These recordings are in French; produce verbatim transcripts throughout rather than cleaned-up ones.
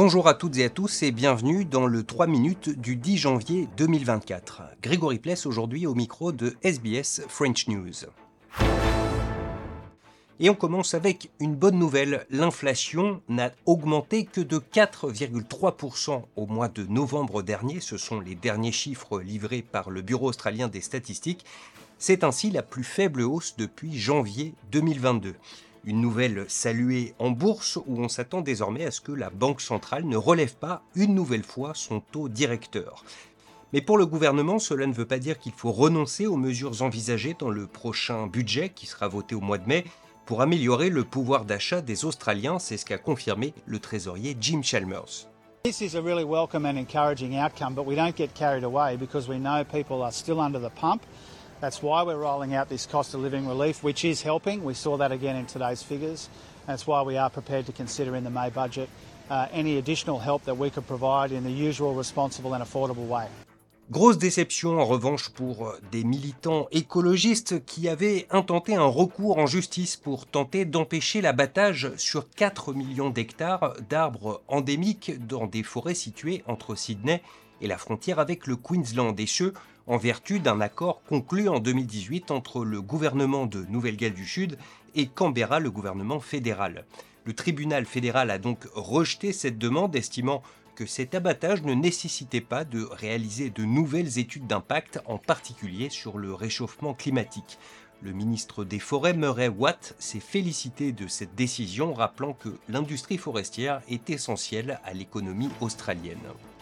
Bonjour à toutes et à tous et bienvenue dans le trois minutes du dix janvier deux mille vingt-quatre. Grégory Pless aujourd'hui au micro de S B S French News. Et on commence avec une bonne nouvelle. L'inflation n'a augmenté que de quatre virgule trois pour cent au mois de novembre dernier. Ce sont les derniers chiffres livrés par le Bureau australien des statistiques. C'est ainsi la plus faible hausse depuis janvier deux mille vingt-deux. Une nouvelle saluée en bourse où on s'attend désormais à ce que la Banque centrale ne relève pas une nouvelle fois son taux directeur. Mais pour le gouvernement, cela ne veut pas dire qu'il faut renoncer aux mesures envisagées dans le prochain budget qui sera voté au mois de mai pour améliorer le pouvoir d'achat des Australiens. C'est ce qu'a confirmé le trésorier Jim Chalmers. This is a really welcome and encouraging outcome, but we don't get carried away because we know people are still under the pump. That's why we're rolling out this cost of living relief, which is helping. We saw that again in today's figures. That's why we are prepared to consider in the May budget uh, any additional help that we could provide in the usual responsible and affordable way. Grosse déception en revanche pour des militants écologistes qui avaient intenté un recours en justice pour tenter d'empêcher l'abattage sur quatre millions d'hectares d'arbres endémiques dans des forêts situées entre Sydney et la frontière avec le Queensland, et ce, en vertu d'un accord conclu en deux mille dix-huit entre le gouvernement de Nouvelle-Galles du Sud et Canberra, le gouvernement fédéral. Le tribunal fédéral a donc rejeté cette demande, estimant que cet abattage ne nécessitait pas de réaliser de nouvelles études d'impact, en particulier sur le réchauffement climatique. Le ministre des Forêts, Murray Watt, s'est félicité de cette décision, rappelant que l'industrie forestière est essentielle à l'économie australienne.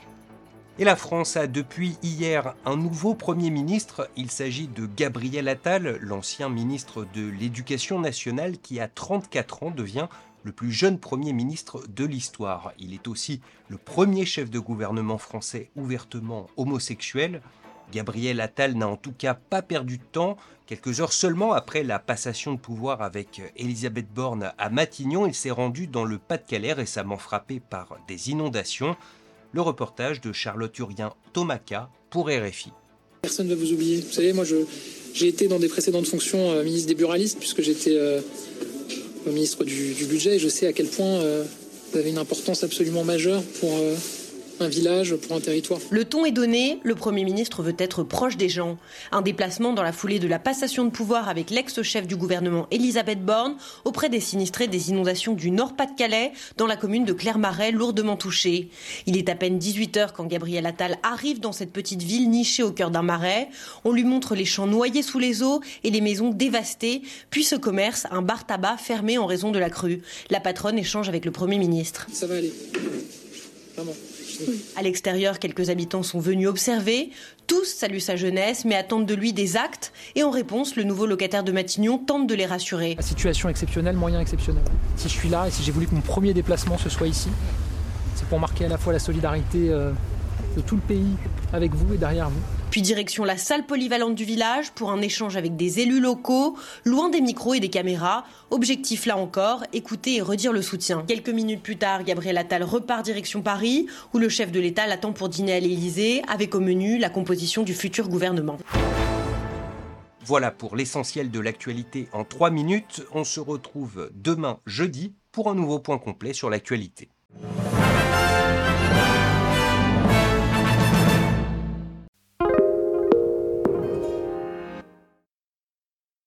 Et la France a depuis hier un nouveau Premier ministre. Il s'agit de Gabriel Attal, l'ancien ministre de l'Éducation nationale qui à trente-quatre ans devient le plus jeune Premier ministre de l'histoire. Il est aussi le premier chef de gouvernement français ouvertement homosexuel. Gabriel Attal n'a en tout cas pas perdu de temps. Quelques heures seulement après la passation de pouvoir avec Elisabeth Borne à Matignon, il s'est rendu dans le Pas-de-Calais, récemment frappé par des inondations. Le reportage de Charlotte Urien-Tomaca pour R F I. Personne ne va vous oublier. Vous savez, moi, je, j'ai été dans des précédentes fonctions euh, ministre des buralistes, puisque j'étais euh, ministre du, du budget, et je sais à quel point euh, vous avez une importance absolument majeure pour euh, un village, pour un territoire. Le ton est donné, le Premier ministre veut être proche des gens. Un déplacement dans la foulée de la passation de pouvoir avec l'ex-chef du gouvernement Elisabeth Borne auprès des sinistrés des inondations du Nord-Pas-de-Calais, dans la commune de Clermarais, lourdement touchée. Il est à peine dix-huit heures quand Gabriel Attal arrive dans cette petite ville nichée au cœur d'un marais. On lui montre les champs noyés sous les eaux et les maisons dévastées, puis ce commerce, un bar-tabac fermé en raison de la crue. La patronne échange avec le Premier ministre. Ça va aller. Vraiment. À l'extérieur, quelques habitants sont venus observer. Tous saluent sa jeunesse, mais attendent de lui des actes. Et en réponse, le nouveau locataire de Matignon tente de les rassurer. La situation exceptionnelle, moyen exceptionnel. Si je suis là et si j'ai voulu que mon premier déplacement ce soit ici, c'est pour marquer à la fois la solidarité de tout le pays avec vous et derrière vous. Puis direction la salle polyvalente du village pour un échange avec des élus locaux, loin des micros et des caméras. Objectif là encore, écouter et redire le soutien. Quelques minutes plus tard, Gabriel Attal repart direction Paris, où le chef de l'État l'attend pour dîner à l'Élysée, avec au menu la composition du futur gouvernement. Voilà pour l'essentiel de l'actualité en trois minutes. On se retrouve demain jeudi pour un nouveau point complet sur l'actualité.